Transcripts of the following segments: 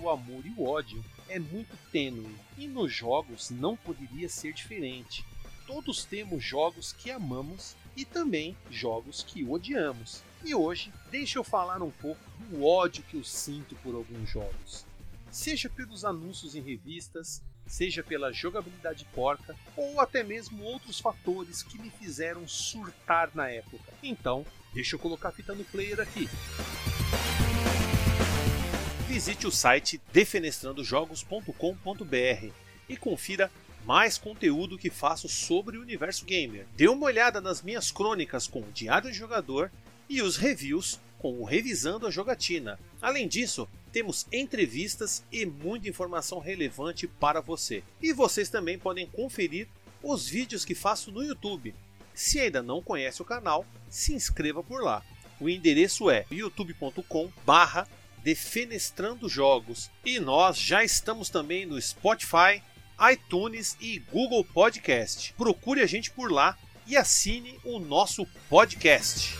o amor e o ódio é muito tênue, e nos jogos não poderia ser diferente. Todos temos jogos que amamos e também jogos que odiamos. E hoje, deixa eu falar um pouco do ódio que eu sinto por alguns jogos. Seja pelos anúncios em revistas, seja pela jogabilidade porca, ou até mesmo outros fatores que me fizeram surtar na época. Então, deixa eu colocar a fita no player aqui. Visite o site defenestrandojogos.com.br e confira mais conteúdo que faço sobre o universo gamer. Dê uma olhada nas minhas crônicas com o Diário de Jogador e os reviews com o Revisando a Jogatina. Além disso, temos entrevistas e muita informação relevante para você. E vocês também podem conferir os vídeos que faço no YouTube. Se ainda não conhece o canal, se inscreva por lá. O endereço é youtube.com/Defenestrando Jogos. E nós já estamos também no Spotify, iTunes e Google Podcast. Procure a gente por lá e assine o nosso podcast.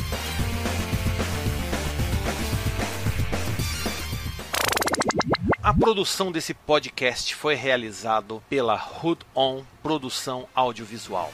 A produção desse podcast foi realizada pela Hood On Produção Audiovisual.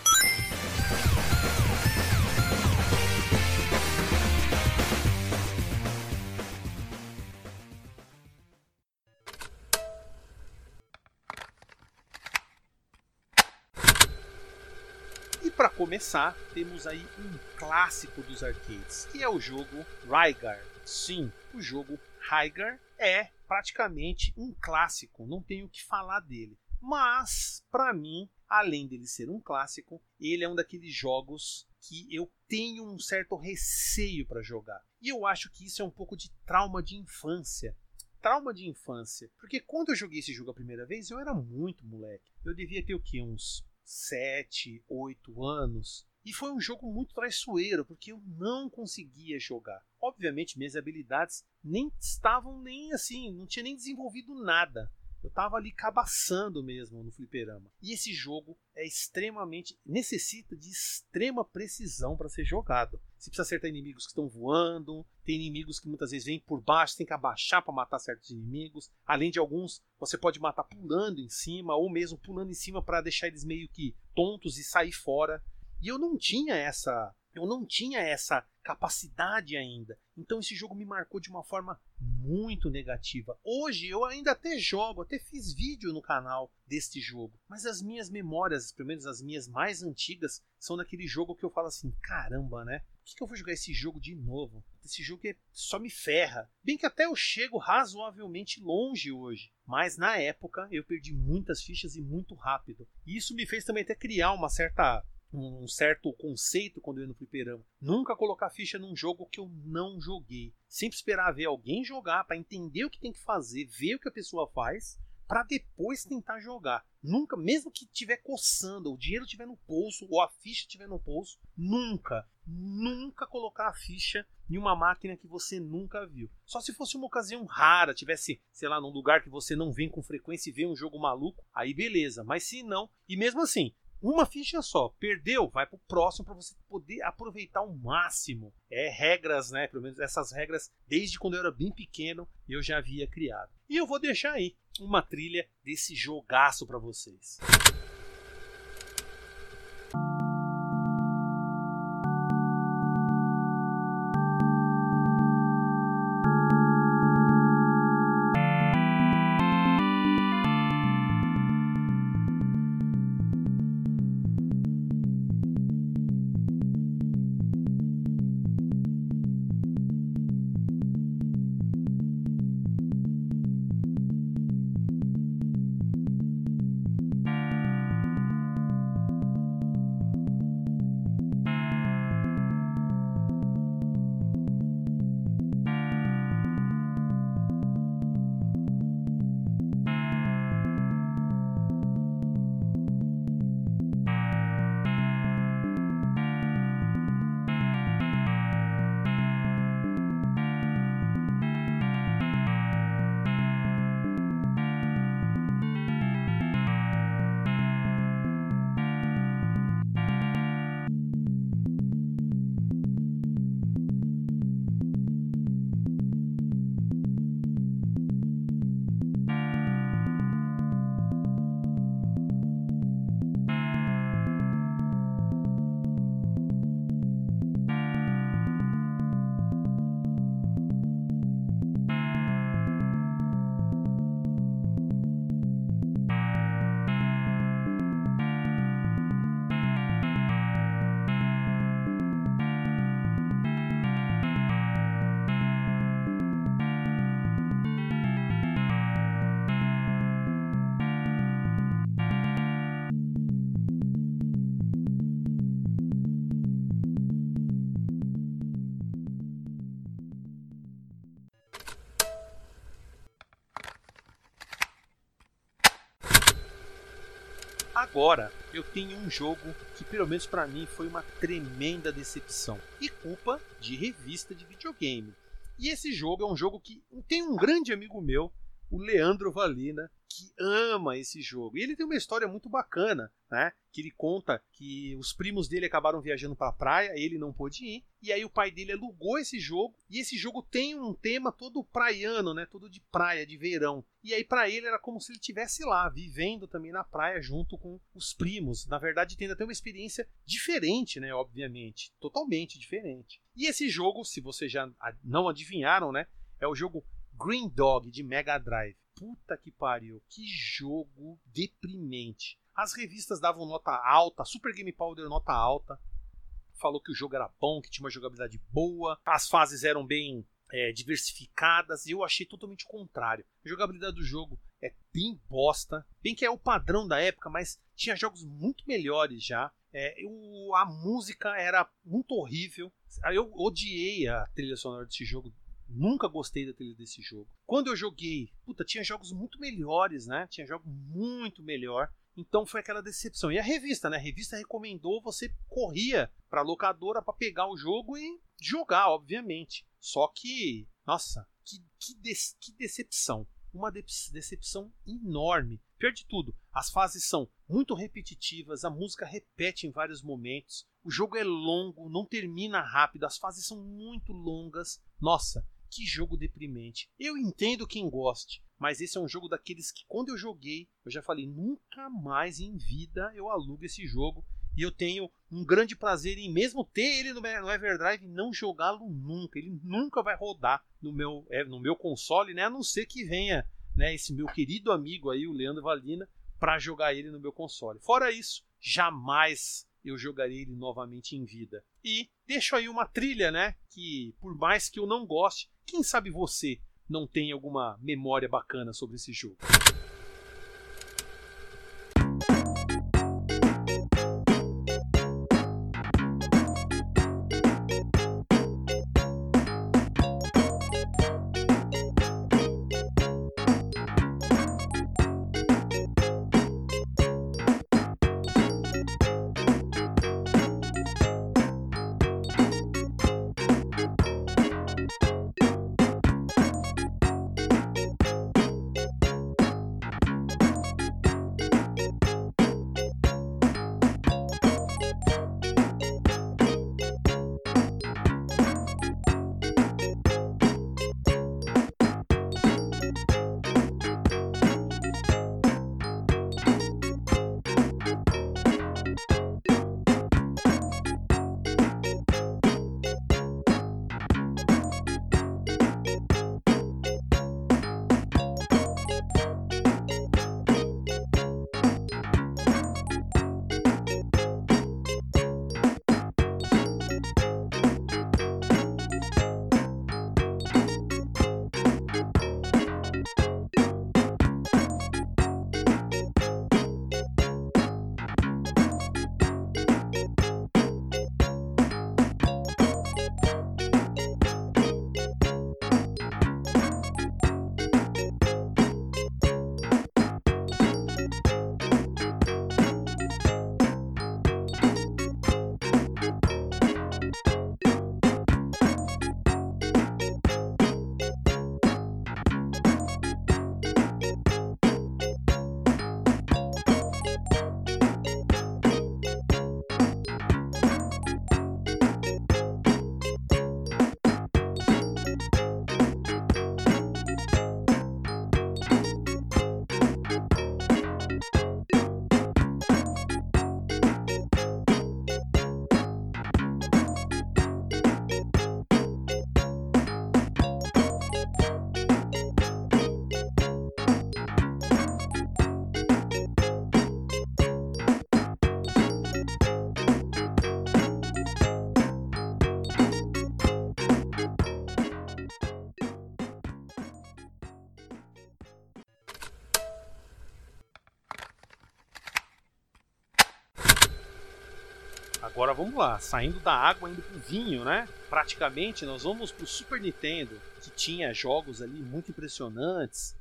E para começar, temos aí um clássico dos arcades, que é o jogo Rygar. Sim, o jogo Rygar é praticamente um clássico, não tenho o que falar dele. Mas, para mim, além dele ser um clássico, ele é um daqueles jogos que eu tenho um certo receio para jogar. E eu acho que isso é um pouco de trauma de infância. Trauma de infância. Porque quando eu joguei esse jogo a primeira vez, eu era muito moleque. Eu devia ter o quê? Uns 7, 8 anos. E foi um jogo muito traiçoeiro, porque eu não conseguia jogar. Obviamente, minhas habilidades nem estavam nem assim, não tinha nem desenvolvido nada. Eu estava ali cabaçando mesmo no fliperama. E esse jogo necessita de extrema precisão para ser jogado. Você precisa acertar inimigos que estão voando, tem inimigos que muitas vezes vêm por baixo, você tem que abaixar para matar certos inimigos. Além de alguns, você pode matar pulando em cima, ou mesmo pulando em cima para deixar eles meio que tontos e sair fora. E eu não tinha essa capacidade ainda. Então esse jogo me marcou de uma forma muito negativa. Hoje eu ainda até jogo, até fiz vídeo no canal deste jogo. Mas as minhas memórias, pelo menos as minhas mais antigas, são daquele jogo que eu falo assim, caramba, né? Por que eu vou jogar esse jogo de novo? Esse jogo só me ferra. Bem que até eu chego razoavelmente longe hoje. Mas na época eu perdi muitas fichas e muito rápido. E isso me fez também até criar um certo conceito quando eu ia no fliperama. Nunca colocar ficha num jogo que eu não joguei. Sempre esperar ver alguém jogar para entender o que tem que fazer, ver o que a pessoa faz, para depois tentar jogar. Nunca, mesmo que estiver coçando, o dinheiro estiver no bolso ou a ficha estiver no bolso, nunca colocar a ficha em uma máquina que você nunca viu. Só se fosse uma ocasião rara, tivesse, sei lá, num lugar que você não vem com frequência e vê um jogo maluco, aí beleza. Mas se não, e mesmo assim, uma ficha só, perdeu, vai pro próximo para você poder aproveitar ao máximo. Regras, né? Pelo menos essas regras, desde quando eu era bem pequeno, eu já havia criado. E eu vou deixar aí uma trilha desse jogaço para vocês. agora eu tenho um jogo que, pelo menos para mim, foi uma tremenda decepção. E culpa de revista de videogame. E esse jogo é um jogo que tem um grande amigo meu, o Leandro Valina, que ama esse jogo. E ele tem uma história muito bacana, né? Que ele conta que os primos dele acabaram viajando para a praia, ele não pôde ir, e aí o pai dele alugou esse jogo, e esse jogo tem um tema todo praiano, né? Todo de praia, de verão. E aí para ele era como se ele estivesse lá, vivendo também na praia junto com os primos. Na verdade, tendo até uma experiência diferente, né? Obviamente, totalmente diferente. E esse jogo, se vocês já não adivinharam, né? É o jogo Green Dog de Mega Drive. Puta que pariu, que jogo deprimente. As revistas davam nota alta, Super Game Powder nota alta, falou que o jogo era bom, que tinha uma jogabilidade boa, as fases eram bem diversificadas, e eu achei totalmente o contrário. A jogabilidade do jogo é bem bosta, bem que é o padrão da época, mas tinha jogos muito melhores já. A música era muito horrível, eu odiei a trilha sonora desse jogo. Nunca gostei da trilha desse jogo. Quando eu joguei, tinha jogos muito melhores, né? Tinha jogo muito melhor. Então foi aquela decepção. E a revista, né? A revista recomendou, você corria pra locadora pra pegar o jogo e jogar, obviamente. Só que, nossa, que decepção. Uma decepção enorme. Pior de tudo, as fases são muito repetitivas, a música repete em vários momentos, o jogo é longo, não termina rápido, as fases são muito longas. Nossa, que jogo deprimente. Eu entendo quem goste, mas esse é um jogo daqueles que quando eu joguei, eu já falei, nunca mais em vida eu alugo esse jogo. E eu tenho um grande prazer em mesmo ter ele no Everdrive e não jogá-lo nunca. Ele nunca vai rodar no meu console, né? A não ser que venha, né, esse meu querido amigo aí, o Leandro Valina, para jogar ele no meu console. Fora isso, jamais eu jogarei ele novamente em vida. E deixo aí uma trilha, né? Que por mais que eu não goste, quem sabe você não tem alguma memória bacana sobre esse jogo. Agora vamos lá, saindo da água, indo pro vinho, né? Praticamente nós vamos pro Super Nintendo, que tinha jogos ali muito impressionantes.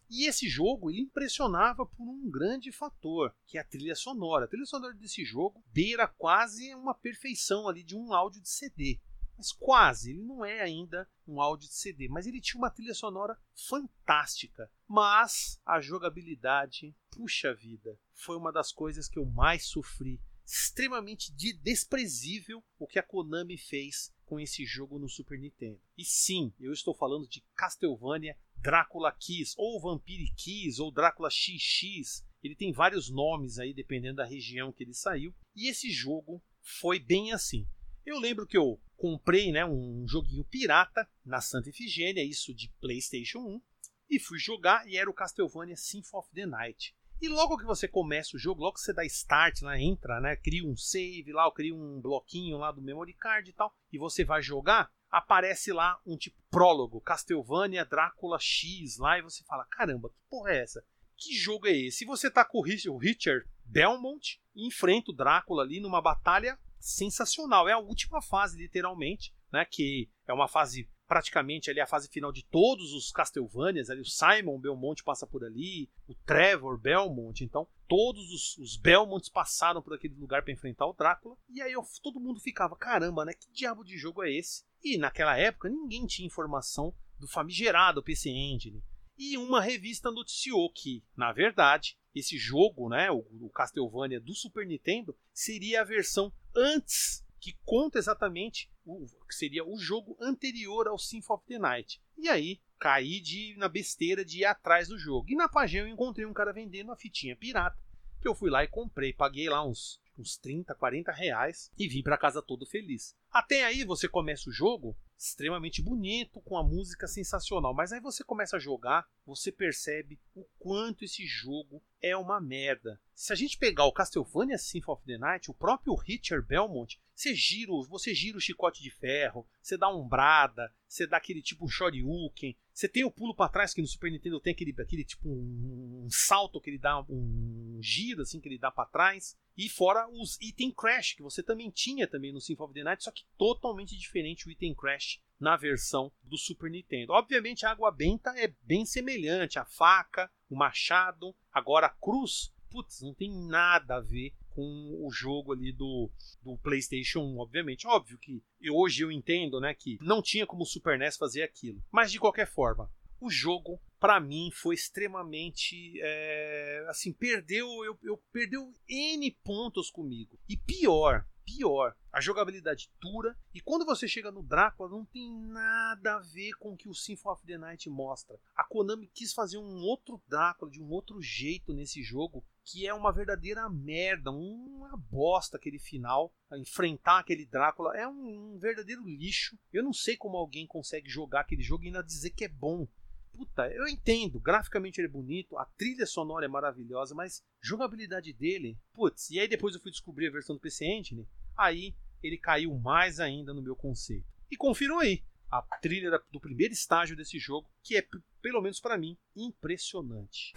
E esse jogo ele impressionava por um grande fator, que é a trilha sonora. A trilha sonora desse jogo beira quase uma perfeição ali de um áudio de CD. Mas quase, ele não é ainda um áudio de CD, mas ele tinha uma trilha sonora fantástica. Mas a jogabilidade, puxa vida, foi uma das coisas que eu mais sofri. Extremamente desprezível o que a Konami fez com esse jogo no Super Nintendo. E sim, eu estou falando de Castlevania Drácula Kiss, ou Vampire Kiss, ou Drácula XX. Ele tem vários nomes aí, dependendo da região que ele saiu. E esse jogo foi bem assim. Eu lembro que eu comprei, né, um joguinho pirata na Santa Efigênia, isso de PlayStation 1, e fui jogar, e era o Castlevania Symphony of the Night. E logo que você começa o jogo, logo que você dá start, lá, entra, né, cria um save lá, cria um bloquinho lá do memory card e tal, e você vai jogar, aparece lá um tipo prólogo, Castlevania Drácula X lá, e você fala, caramba, que porra é essa? Que jogo é esse? E você tá com o Richard Belmont e enfrenta o Drácula ali numa batalha sensacional. É a última fase, literalmente, né, que é uma fase praticamente ali a fase final de todos os Castlevanias, ali o Simon Belmont passa por ali, o Trevor Belmont, então todos os Belmonts passaram por aquele lugar para enfrentar o Drácula, e aí todo mundo ficava, caramba, né, que diabo de jogo é esse? E naquela época ninguém tinha informação do famigerado PC Engine, e uma revista noticiou que, na verdade, esse jogo, né, o Castlevania do Super Nintendo, seria a versão antes, que conta exatamente o que seria o jogo anterior ao Symphony of the Night. E aí, caí na besteira de ir atrás do jogo. E na página eu encontrei um cara vendendo uma fitinha pirata, que eu fui lá e comprei. Paguei lá uns 30, 40 reais e vim para casa todo feliz. Até aí você começa o jogo extremamente bonito, com a música sensacional. Mas aí você começa a jogar, você percebe o quanto esse jogo é uma merda. Se a gente pegar o Castlevania Symphony of the Night, o próprio Richard Belmont, você gira o chicote de ferro, você dá umbrada, você dá aquele tipo um shoryuken, você tem o pulo para trás, que no Super Nintendo tem aquele tipo um salto que ele dá, um giro assim que ele dá para trás. E fora os Item Crash, que você também tinha também no Symphony of the Night, só que totalmente diferente o Item Crash na versão do Super Nintendo. Obviamente a água benta é bem semelhante, a faca, o machado, agora a cruz, putz, não tem nada a ver com o jogo ali do PlayStation 1, obviamente. Óbvio que hoje eu entendo, né, que não tinha como o Super NES fazer aquilo. Mas de qualquer forma, o jogo, para mim, foi extremamente, assim, perdeu N pontos comigo. E pior, a jogabilidade dura, e quando você chega no Drácula, não tem nada a ver com o que o Symphony of the Night mostra. A Konami quis fazer um outro Drácula, de um outro jeito nesse jogo, que é uma verdadeira merda, uma bosta aquele final. Enfrentar aquele Drácula é um verdadeiro lixo. Eu não sei como alguém consegue jogar aquele jogo e ainda dizer que é bom. Puta, eu entendo, graficamente ele é bonito, a trilha sonora é maravilhosa, mas jogabilidade dele, putz, e aí depois eu fui descobrir a versão do PC Engine, aí ele caiu mais ainda no meu conceito. E confiram aí, a trilha do primeiro estágio desse jogo, que é, pelo menos para mim, impressionante.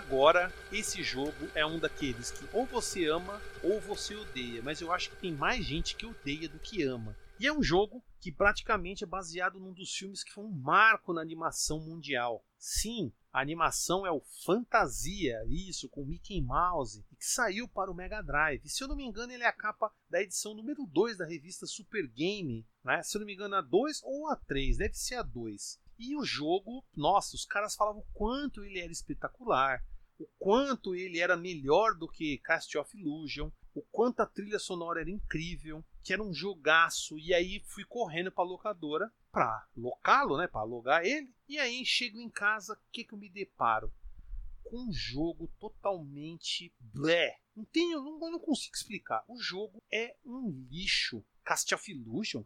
Agora, esse jogo é um daqueles que ou você ama ou você odeia, mas eu acho que tem mais gente que odeia do que ama. E é um jogo que praticamente é baseado num dos filmes que foi um marco na animação mundial. Sim, a animação é o Fantasia, isso, com Mickey Mouse, que saiu para o Mega Drive. E, se eu não me engano, ele é a capa da edição número 2 da revista Super Game, né? Se eu não me engano, a 2 ou a 3, deve ser a 2. E o jogo, nossa, os caras falavam o quanto ele era espetacular, o quanto ele era melhor do que Cast of Illusion, o quanto a trilha sonora era incrível, que era um jogaço. E aí fui correndo para a locadora para locá-lo, né, para alugar ele. E aí chego em casa, o que eu me deparo? Com um jogo totalmente blé. Eu não consigo explicar. O jogo é um lixo. Cast of Illusion,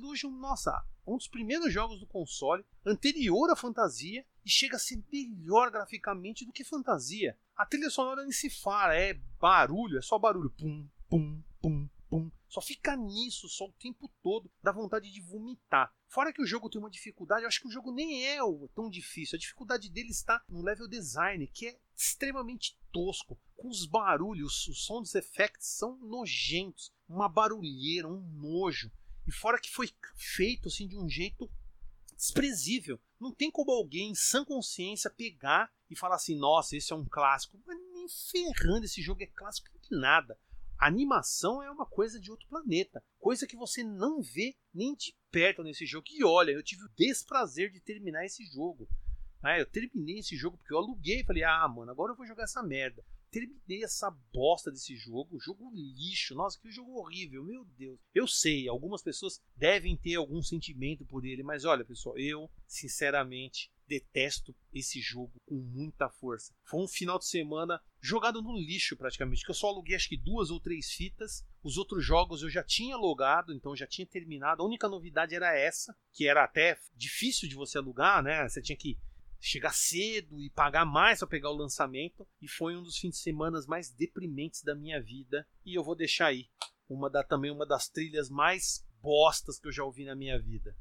nossa, um dos primeiros jogos do console, anterior à Fantasia, e chega a ser melhor graficamente do que Fantasia. A trilha sonora nem se fala, é barulho, é só barulho, pum, pum, pum, pum. Só fica nisso, só o tempo todo, dá vontade de vomitar. Fora que o jogo tem uma dificuldade, eu acho que o jogo nem é tão difícil. A dificuldade dele está no level design, que é extremamente tosco. Com os barulhos, os sound effects são nojentos. Uma barulheira, um nojo. E fora que foi feito assim de um jeito desprezível. Não tem como alguém em sã consciência pegar e falar assim, nossa, esse é um clássico. Mas nem ferrando, esse jogo é clássico de nada. A animação é uma coisa de outro planeta. Coisa que você não vê nem de perto nesse jogo. E olha, eu tive o desprazer de terminar esse jogo. Eu terminei esse jogo porque eu aluguei e falei, mano, agora eu vou jogar essa merda. Terminei essa bosta desse jogo lixo, nossa, que jogo horrível, meu Deus. Eu sei, algumas pessoas devem ter algum sentimento por ele, mas olha, pessoal, eu, sinceramente, detesto esse jogo com muita força. Foi um final de semana jogado no lixo praticamente, que eu só aluguei acho que 2 ou 3 fitas. Os outros jogos eu já tinha logado, então eu já tinha terminado. A única novidade era essa, que era até difícil de você alugar, né? Você tinha que chegar cedo e pagar mais para pegar o lançamento, e foi um dos fins de semana mais deprimentes da minha vida. E eu vou deixar aí também uma das trilhas mais bostas que eu já ouvi na minha vida.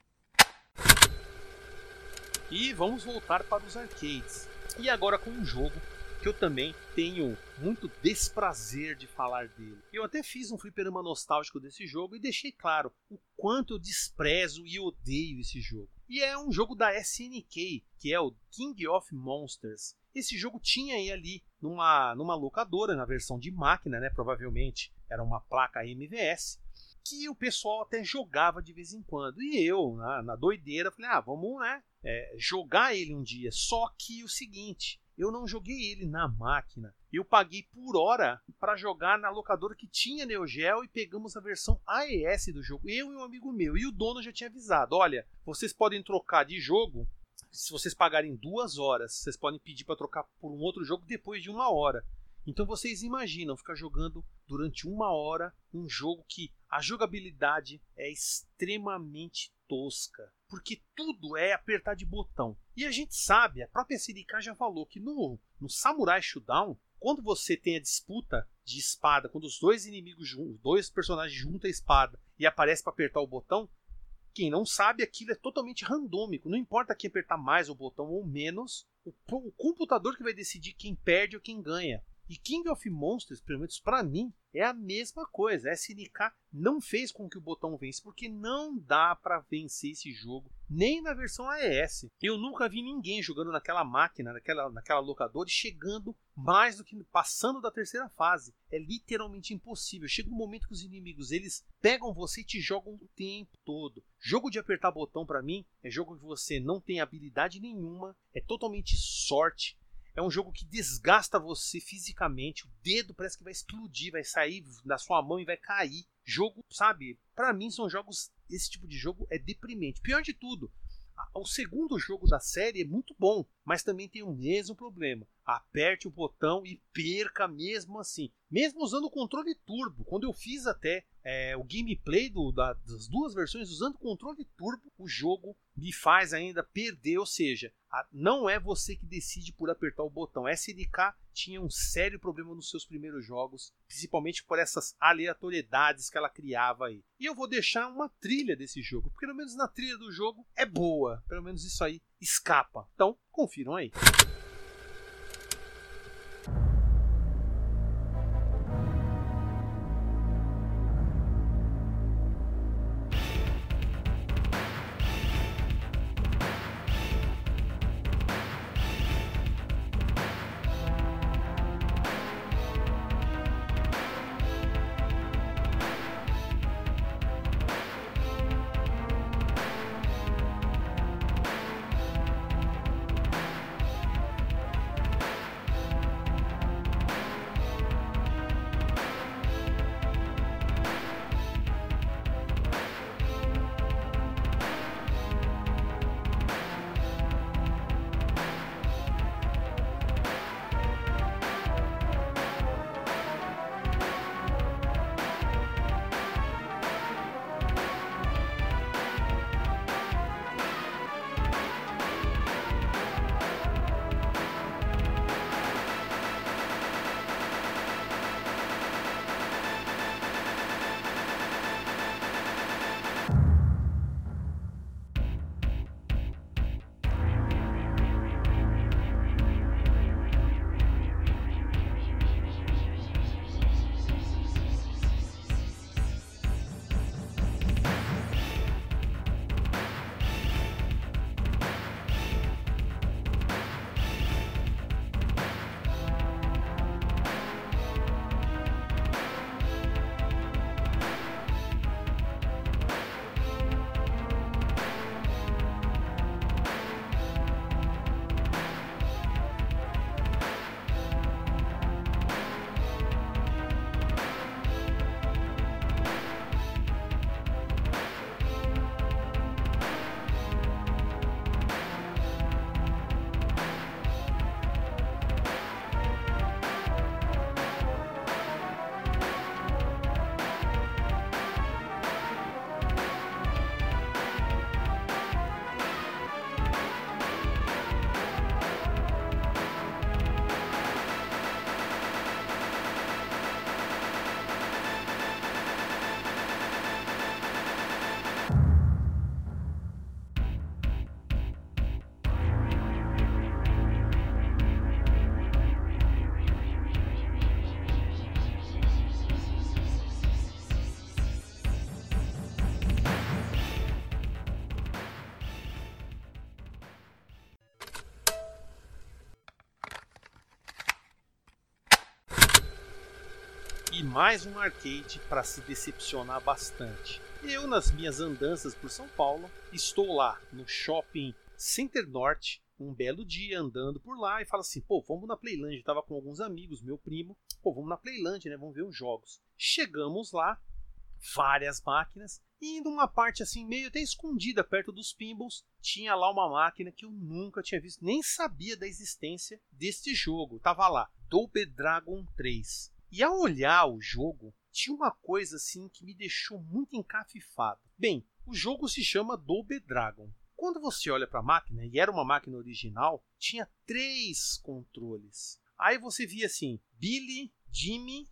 E vamos voltar para os arcades. E agora com um jogo que eu também tenho muito desprazer de falar dele. Eu até fiz um fliperama nostálgico desse jogo e deixei claro o quanto eu desprezo e odeio esse jogo. E é um jogo da SNK, que é o King of Monsters. Esse jogo tinha aí ali numa locadora, na versão de máquina, né? Provavelmente era uma placa MVS, que o pessoal até jogava de vez em quando. E eu, na doideira, falei, vamos, né, jogar ele um dia. Só que o seguinte, eu não joguei ele na máquina. Eu paguei por hora para jogar na locadora que tinha Neo Geo e pegamos a versão AES do jogo. Eu e um amigo meu. E o dono já tinha avisado, olha, vocês podem trocar de jogo se vocês pagarem 2 horas. Vocês podem pedir para trocar por um outro jogo depois de 1 hora. Então vocês imaginam ficar jogando durante 1 hora um jogo que a jogabilidade é extremamente tosca, porque tudo é apertar de botão. E a gente sabe, a própria SNK já falou que no Samurai Shodown, quando você tem a disputa de espada, quando os dois inimigos, os dois personagens juntam a espada e aparece para apertar o botão, quem não sabe, aquilo é totalmente randômico. Não importa quem apertar mais o botão ou menos, o computador que vai decidir quem perde ou quem ganha. E King of Monsters, pelo menos pra mim, é a mesma coisa. A SNK não fez com que o botão vence, porque não dá pra vencer esse jogo, nem na versão AES. Eu nunca vi ninguém jogando naquela máquina, naquela locadora, e chegando mais do que passando da terceira fase. É literalmente impossível. Chega um momento que os inimigos, eles pegam você e te jogam o tempo todo. Jogo de apertar botão pra mim é jogo que você não tem habilidade nenhuma, é totalmente sorte. É um jogo que desgasta você fisicamente. O dedo parece que vai explodir, vai sair da sua mão e vai cair. Jogo, sabe? Pra mim são jogos... Esse tipo de jogo é deprimente. Pior de tudo, o segundo jogo da série é muito bom, mas também tem o mesmo problema. Aperte o botão e perca mesmo assim. Mesmo usando o controle turbo. Quando eu fiz até o gameplay das duas versões usando o controle turbo, o jogo me faz ainda perder. Ou seja, não é você que decide por apertar o botão. A SNK tinha um sério problema nos seus primeiros jogos, principalmente por essas aleatoriedades que ela criava aí. E eu vou deixar uma trilha desse jogo, porque pelo menos na trilha do jogo é boa. Pelo menos isso aí escapa. Então, confiram aí. e mais um arcade para se decepcionar bastante. Eu, nas minhas andanças por São Paulo, estou lá no Shopping Center Norte, um belo dia andando por lá e falo assim, pô, vamos na Playland. Eu tava com alguns amigos, meu primo, pô, vamos na Playland, né, vamos ver os jogos. Chegamos lá, várias máquinas, e indo uma parte assim, meio até escondida, perto dos pinballs, tinha lá uma máquina que eu nunca tinha visto, nem sabia da existência deste jogo. Tava lá, Double Dragon 3. E ao olhar o jogo, tinha uma coisa assim que me deixou muito encafifado. Bem, o jogo se chama Double Dragon. Quando você olha para a máquina, e era uma máquina original, tinha 3 controles. Aí você via assim, Billy, Jimmy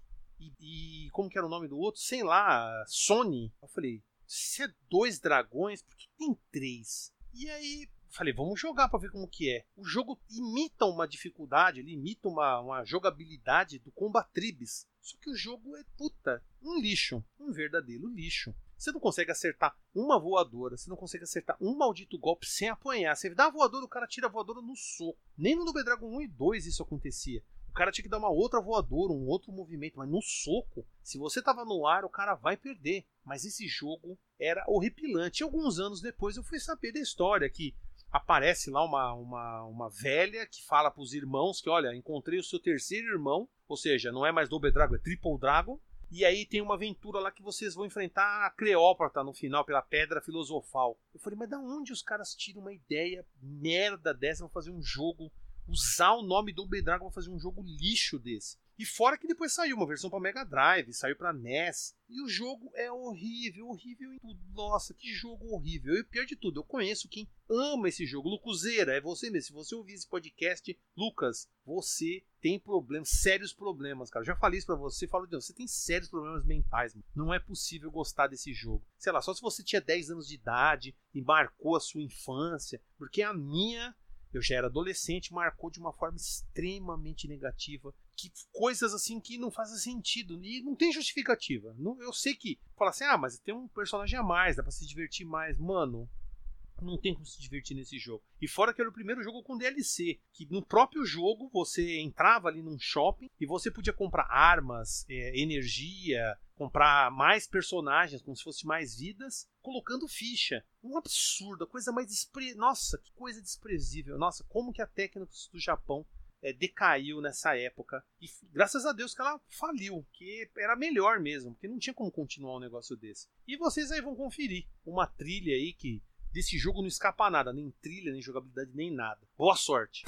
e como que era o nome do outro? Sei lá, Sony. Eu falei, se é 2 dragões, por que tem 3? E aí falei, vamos jogar para ver como que é. O jogo imita uma dificuldade, ele imita uma jogabilidade do Combat Tribes. Só que o jogo é, um lixo, um verdadeiro lixo. Você não consegue acertar uma voadora, você não consegue acertar um maldito golpe sem apanhar. Você dá a voadora, o cara tira a voadora no soco. Nem no Double Dragon 1 e 2 isso acontecia. O cara tinha que dar uma outra voadora, um outro movimento, mas no soco, se você tava no ar, o cara vai perder. Mas esse jogo era horripilante. E alguns anos depois eu fui saber da história que aparece lá uma velha que fala para os irmãos que, olha, encontrei o seu terceiro irmão, ou seja, não é mais Double Dragon, é Triple Dragon. E aí tem uma aventura lá que vocês vão enfrentar a Cleópatra no final, pela Pedra Filosofal. Eu falei, mas da onde os caras tiram uma ideia merda dessa? Vão fazer um jogo, usar o nome Double Dragon pra fazer um jogo lixo desse. E fora que depois saiu uma versão para Mega Drive, saiu para NES. E o jogo é horrível, horrível em tudo. Nossa, que jogo horrível. E o pior de tudo, eu conheço quem ama esse jogo. Lucuzeira, é você mesmo. Se você ouvir esse podcast, Lucas, você tem problemas, sérios problemas, cara. Eu já falei isso pra você, falo de você tem sérios problemas mentais, mano. Não é possível gostar desse jogo. Sei lá, só se você tinha 10 anos de idade e marcou a sua infância. Porque a minha, eu já era adolescente, marcou de uma forma extremamente negativa. Que coisas assim que não fazem sentido e não tem justificativa. Eu sei que fala assim, mas tem um personagem a mais, dá pra se divertir mais. Mano, não tem como se divertir nesse jogo. E fora que era o primeiro jogo com DLC, que no próprio jogo você entrava ali num shopping e você podia comprar armas, energia, comprar mais personagens, como se fosse mais vidas, colocando ficha. Um absurdo, a coisa mais Nossa, que coisa desprezível. Nossa, como que a Tecnos do Japão decaiu nessa época. E graças a Deus que ela faliu, que era melhor mesmo, porque não tinha como continuar um negócio desse. E vocês aí vão conferir uma trilha aí que desse jogo não escapa nada, nem trilha, nem jogabilidade, nem nada. Boa sorte!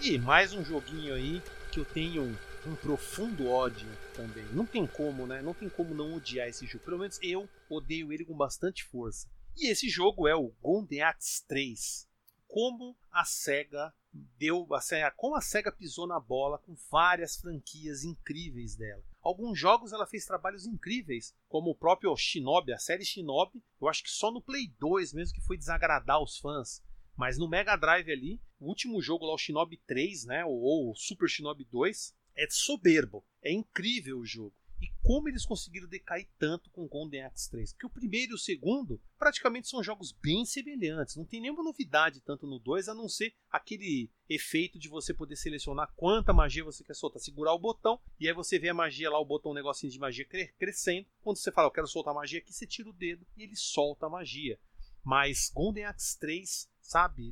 E mais um joguinho aí que eu tenho um profundo ódio também. Não tem como, né? Não tem como não odiar esse jogo. Pelo menos eu odeio ele com bastante força. E esse jogo é o Golden Axe 3. Como a SEGA como a SEGA pisou na bola com várias franquias incríveis dela. Alguns jogos ela fez trabalhos incríveis, como o próprio Shinobi, a série Shinobi. Eu acho que só no Play 2 mesmo que foi desagradar os fãs. Mas no Mega Drive ali, o último jogo lá, o Shinobi 3, né, ou o Super Shinobi 2, é soberbo. É incrível o jogo. E como eles conseguiram decair tanto com o Golden Axe 3? Porque o primeiro e o segundo praticamente são jogos bem semelhantes. Não tem nenhuma novidade tanto no 2, a não ser aquele efeito de você poder selecionar quanta magia você quer soltar. Segurar o botão e aí você vê a magia lá, o botão, um negocinho de magia crescendo. Quando você fala, eu quero soltar magia aqui, você tira o dedo e ele solta a magia. Mas Golden Axe 3, sabe...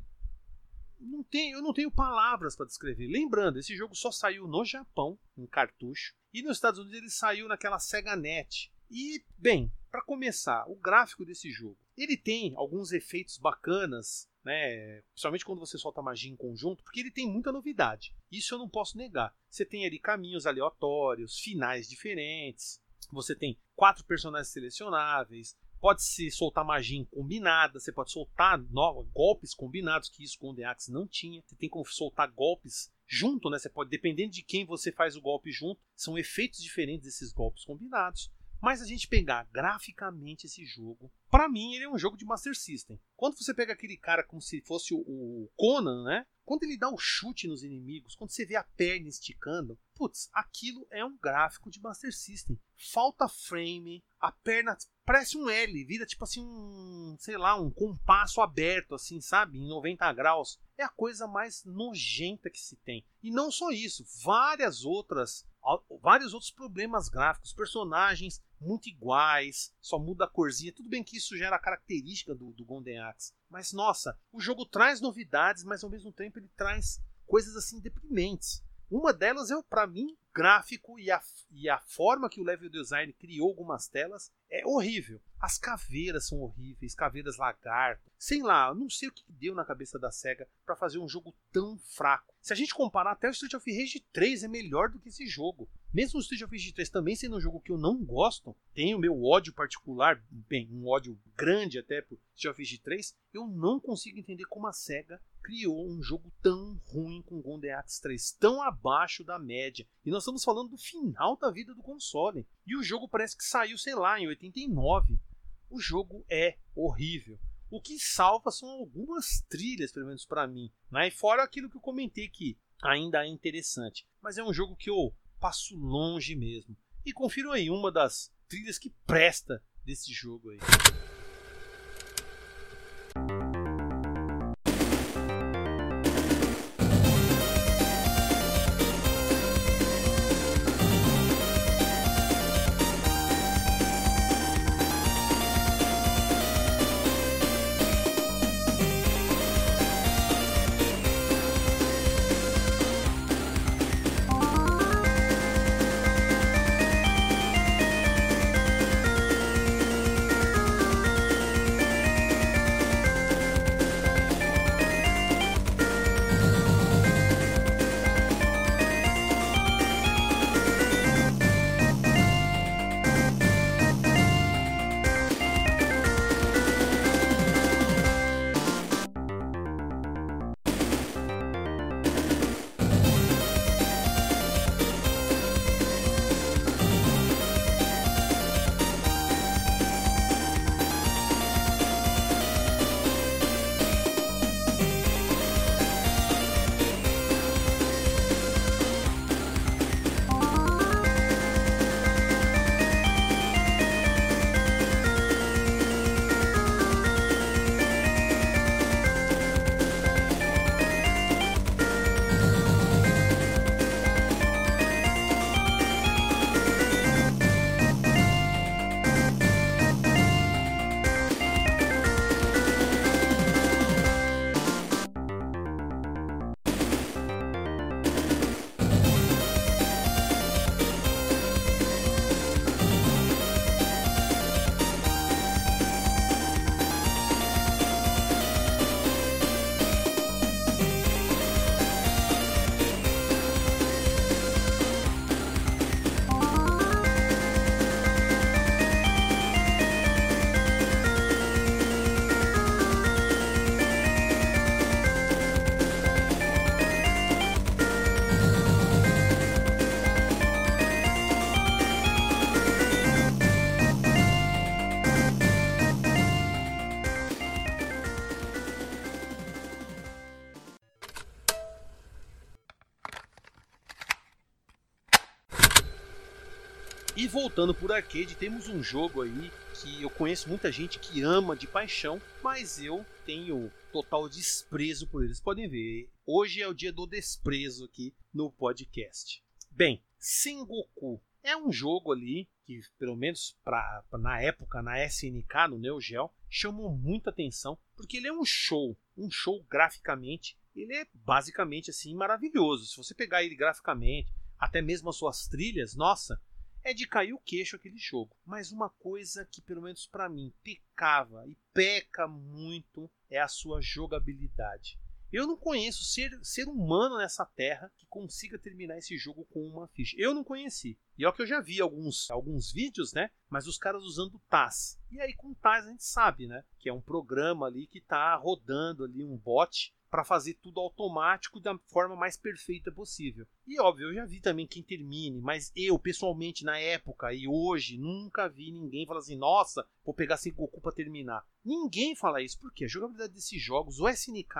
eu não tenho palavras para descrever. Lembrando, esse jogo só saiu no Japão, em cartucho, e nos Estados Unidos ele saiu naquela SegaNet. E, bem, para começar, o gráfico desse jogo, ele tem alguns efeitos bacanas, né? Principalmente quando você solta magia em conjunto, porque ele tem muita novidade. Isso eu não posso negar. Você tem ali caminhos aleatórios, finais diferentes, você tem 4 personagens selecionáveis. Pode-se soltar magia combinada, você pode soltar golpes combinados, que isso com o Golden Axe não tinha. Você tem como soltar golpes junto, né? Você pode, dependendo de quem você faz o golpe junto, são efeitos diferentes desses golpes combinados. Mas a gente pegar graficamente esse jogo, pra mim ele é um jogo de Master System. Quando você pega aquele cara como se fosse o Conan, né? Quando ele dá o chute nos inimigos, quando você vê a perna esticando, putz, aquilo é um gráfico de Master System. Falta frame, a perna parece um L, vira tipo assim sei lá, um compasso aberto assim, sabe? Em 90 graus. É a coisa mais nojenta que se tem. E não só isso, vários outros problemas gráficos, personagens muito iguais, só muda a corzinha. Tudo bem que isso já era característica do Golden Axe, mas nossa, o jogo traz novidades, mas ao mesmo tempo ele traz coisas assim deprimentes. Uma delas é, para mim, gráfico e a forma que o level design criou algumas telas é horrível. As caveiras são horríveis, caveiras lagarto. Sei lá, não sei o que deu na cabeça da SEGA para fazer um jogo tão fraco. Se a gente comparar, até o Street of Rage 3 é melhor do que esse jogo. Mesmo o Street of Rage 3 também sendo um jogo que eu não gosto, tenho meu ódio particular, bem, um ódio grande até pro Street of Rage 3, eu não consigo entender como a SEGA criou um jogo tão ruim com Golden Axe 3, tão abaixo da média. E nós estamos falando do final da vida do console. E o jogo parece que saiu, sei lá, em 89. O jogo é horrível. O que salva são algumas trilhas, pelo menos para mim, né? E fora aquilo que eu comentei que ainda é interessante. Mas é um jogo que eu passo longe mesmo. E confiro aí uma das trilhas que presta desse jogo aí. E voltando por arcade, temos um jogo aí que eu conheço muita gente que ama de paixão, mas eu tenho total desprezo por eles. Podem ver, hoje é o dia do desprezo aqui no podcast. Bem, Sengoku é um jogo ali que, pelo menos na época, na SNK, no Neo Geo, chamou muita atenção, porque ele é um show graficamente, ele é basicamente assim maravilhoso. Se você pegar ele graficamente, até mesmo as suas trilhas, nossa, é de cair o queixo aquele jogo. Mas uma coisa que, pelo menos para mim, pecava e peca muito é a sua jogabilidade. Eu não conheço ser humano nessa terra que consiga terminar esse jogo com uma ficha. Eu não conheci. E é o que eu já vi alguns vídeos, né? Mas os caras usando TAS. E aí com TAS a gente sabe, né? Que é um programa ali que está rodando ali um bot para fazer tudo automático da forma mais perfeita possível. E óbvio, eu já vi também quem termine, mas eu pessoalmente na época e hoje nunca vi ninguém falar assim, nossa, vou pegar Sengoku para terminar. Ninguém fala isso, porque a jogabilidade desses jogos, a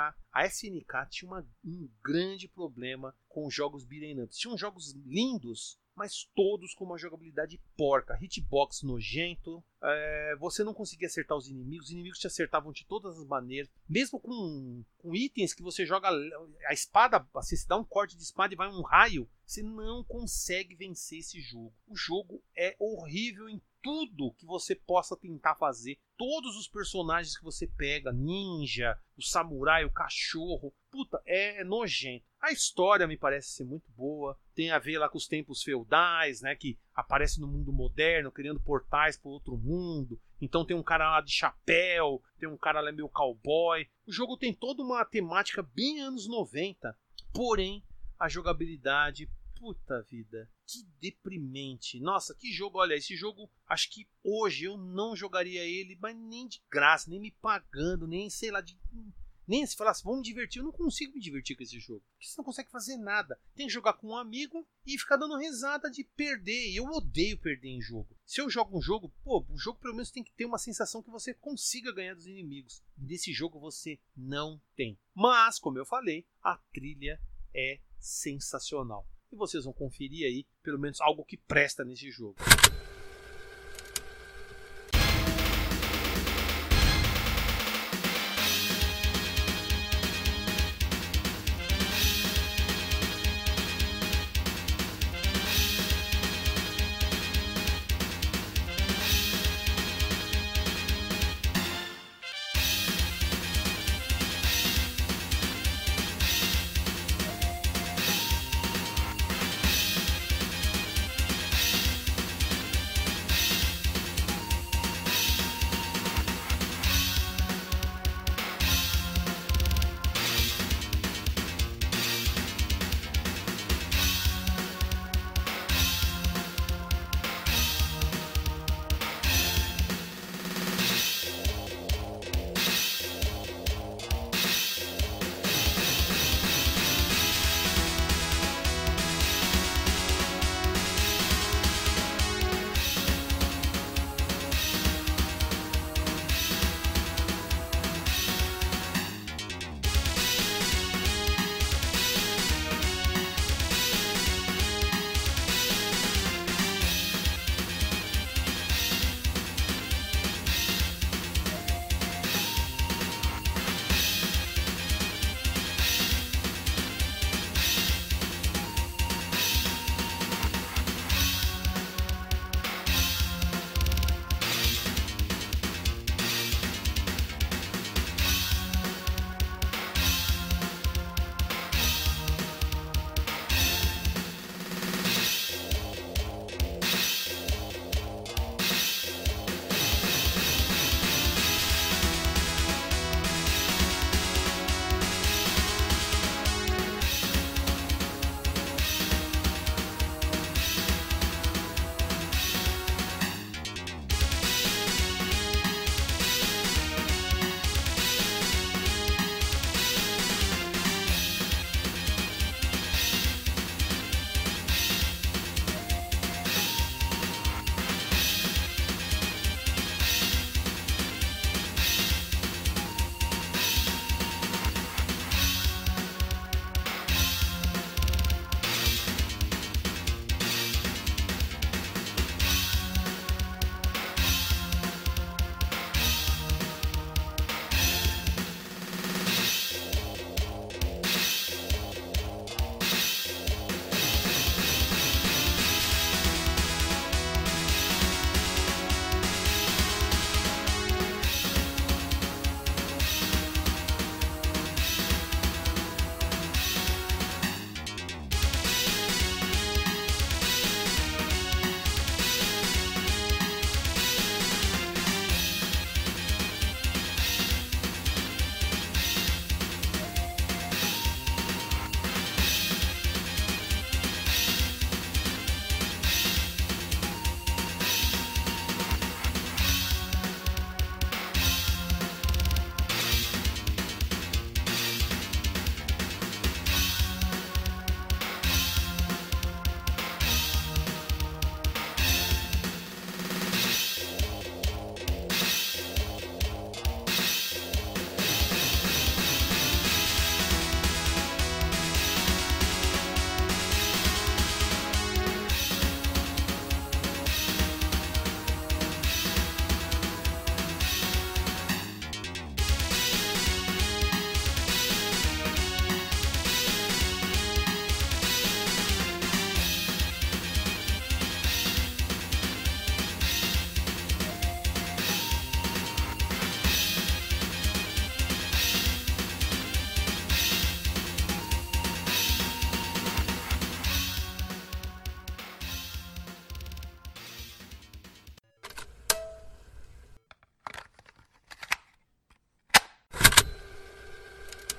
SNK tinha um grande problema com os jogos beat'em ups. Tinham jogos lindos, mas todos com uma jogabilidade porca, hitbox nojento, você não conseguia acertar os inimigos te acertavam de todas as maneiras, mesmo com itens que você joga a espada, você se dá um corte de espada e vai um raio, você não consegue vencer esse jogo. O jogo é horrível em tudo que você possa tentar fazer. Todos os personagens que você pega, ninja, o samurai, o cachorro, puta, é nojento. A história me parece ser muito boa, tem a ver lá com os tempos feudais, né, que aparece no mundo moderno, criando portais para outro mundo. Então tem um cara lá de chapéu, tem um cara lá meio cowboy. O jogo tem toda uma temática bem anos 90, porém a jogabilidade, puta vida, que deprimente. Nossa, que jogo, olha, esse jogo, acho que hoje eu não jogaria ele, mas nem de graça, nem me pagando, nem sei lá, nem se falasse, vamos me divertir, eu não consigo me divertir com esse jogo, porque você não consegue fazer nada. Tem que jogar com um amigo e ficar dando risada de perder, e eu odeio perder em jogo. Se eu jogo um jogo, o jogo pelo menos tem que ter uma sensação que você consiga ganhar dos inimigos. Nesse jogo você não tem. Mas, como eu falei, a trilha é sensacional. E vocês vão conferir aí, pelo menos, algo que presta nesse jogo.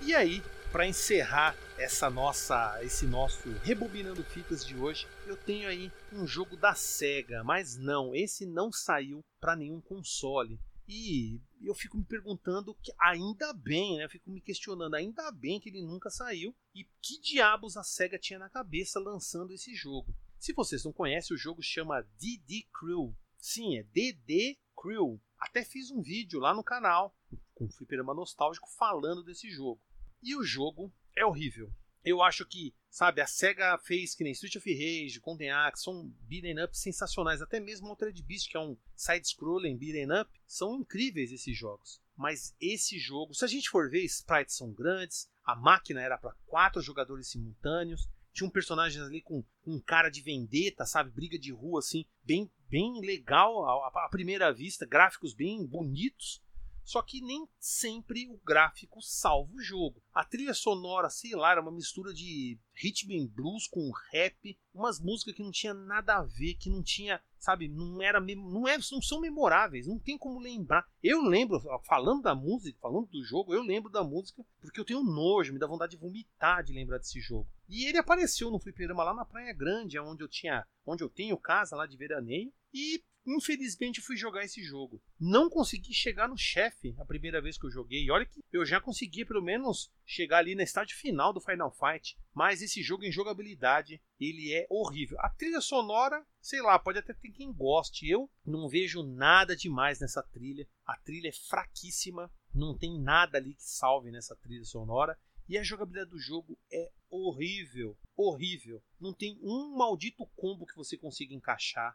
E aí, para encerrar esse nosso Rebobinando Fitas de hoje, eu tenho aí um jogo da Sega, mas não, esse não saiu para nenhum console. E eu fico me perguntando, que ainda bem, né? Eu fico me questionando, ainda bem que ele nunca saiu. E que diabos a Sega tinha na cabeça lançando esse jogo? Se vocês não conhecem, o jogo chama DD Crew. Sim, é DD Crew. Até fiz um vídeo lá no canal, com o Fliperama Nostálgico, falando desse jogo. E o jogo é horrível. Eu acho que, sabe, a SEGA fez que nem Street of Rage, Golden Axe, são beat'em up sensacionais. Até mesmo Altered Beast, que é um side-scrolling beat'em up, são incríveis esses jogos. Mas esse jogo, se a gente for ver, sprites são grandes, a máquina era para 4 jogadores simultâneos, tinha um personagem ali com cara de vendetta, sabe, briga de rua, assim, bem legal à primeira vista, gráficos bem bonitos. Só que nem sempre o gráfico salva o jogo. A trilha sonora, sei lá, era uma mistura de rhythm and blues com rap, umas músicas que não tinha nada a ver, que não tinha, sabe, não são memoráveis, não tem como lembrar. Eu lembro, falando da música, falando do jogo, eu lembro da música porque eu tenho nojo, me dá vontade de vomitar de lembrar desse jogo. E ele apareceu no fliperama lá na Praia Grande, onde eu tenho casa lá de veraneio, e infelizmente fui jogar esse jogo. Não consegui chegar no chefe a primeira vez que eu joguei. E olha que eu já consegui pelo menos chegar ali na estágio final do Final Fight. Mas esse jogo em jogabilidade, ele é horrível. A trilha sonora, sei lá, pode até ter quem goste. Eu não vejo nada demais nessa trilha. A trilha é fraquíssima. Não tem nada ali que salve nessa trilha sonora. E a jogabilidade do jogo é horrível. Horrível. Não tem um maldito combo que você consiga encaixar.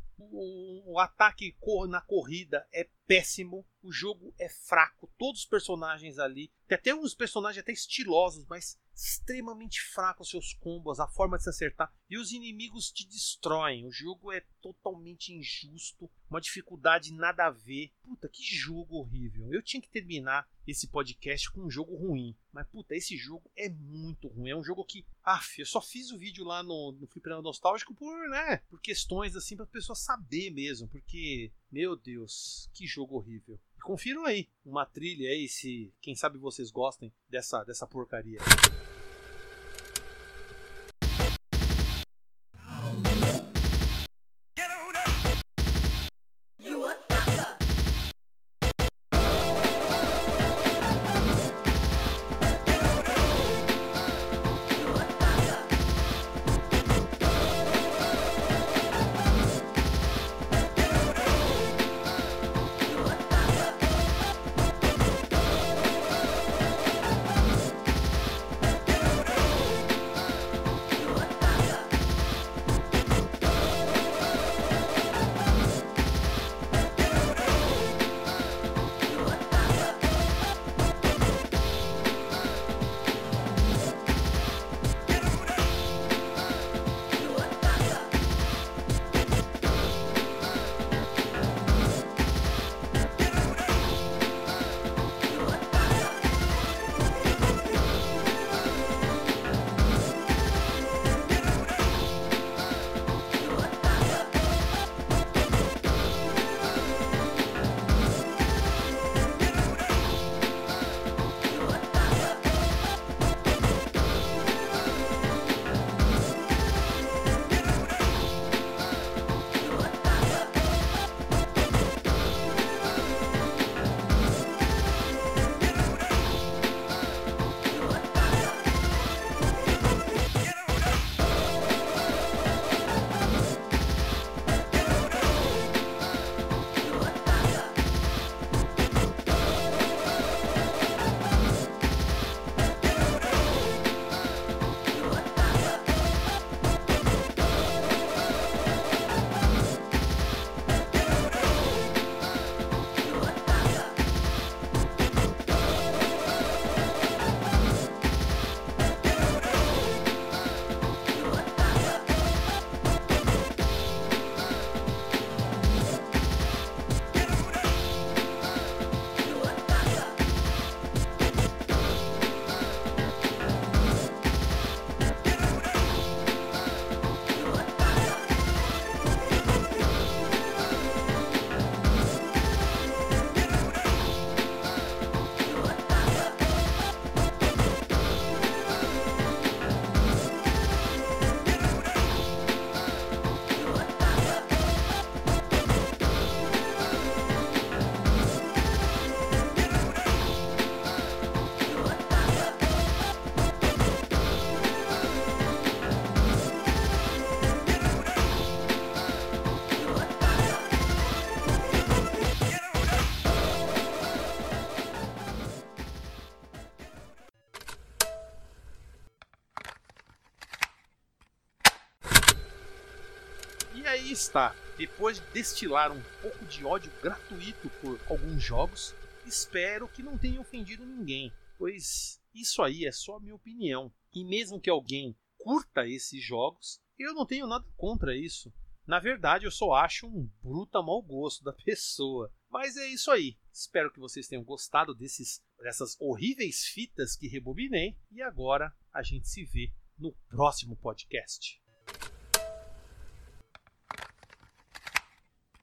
O ataque na corrida é péssimo, o jogo é fraco, todos os personagens ali, tem até uns personagens até estilosos, mas extremamente fracos seus combos, a forma de se acertar, e os inimigos te destroem. O jogo é totalmente injusto, uma dificuldade nada a ver. Puta, que jogo horrível. Eu tinha que terminar esse podcast com um jogo ruim, mas puta, esse jogo é muito ruim. É um jogo que, eu só fiz o vídeo lá no Fliperama Nostálgico por questões assim, para pessoa saber mesmo, porque, meu Deus, que jogo horrível. Confiram aí uma trilha aí, se quem sabe vocês gostem dessa porcaria. E aí está, depois de destilar um pouco de ódio gratuito por alguns jogos, espero que não tenha ofendido ninguém, pois isso aí é só a minha opinião. E mesmo que alguém curta esses jogos, eu não tenho nada contra isso. Na verdade, eu só acho um bruto mau gosto da pessoa. Mas é isso aí. Espero que vocês tenham gostado dessas horríveis fitas que rebobinei. E agora a gente se vê no próximo podcast.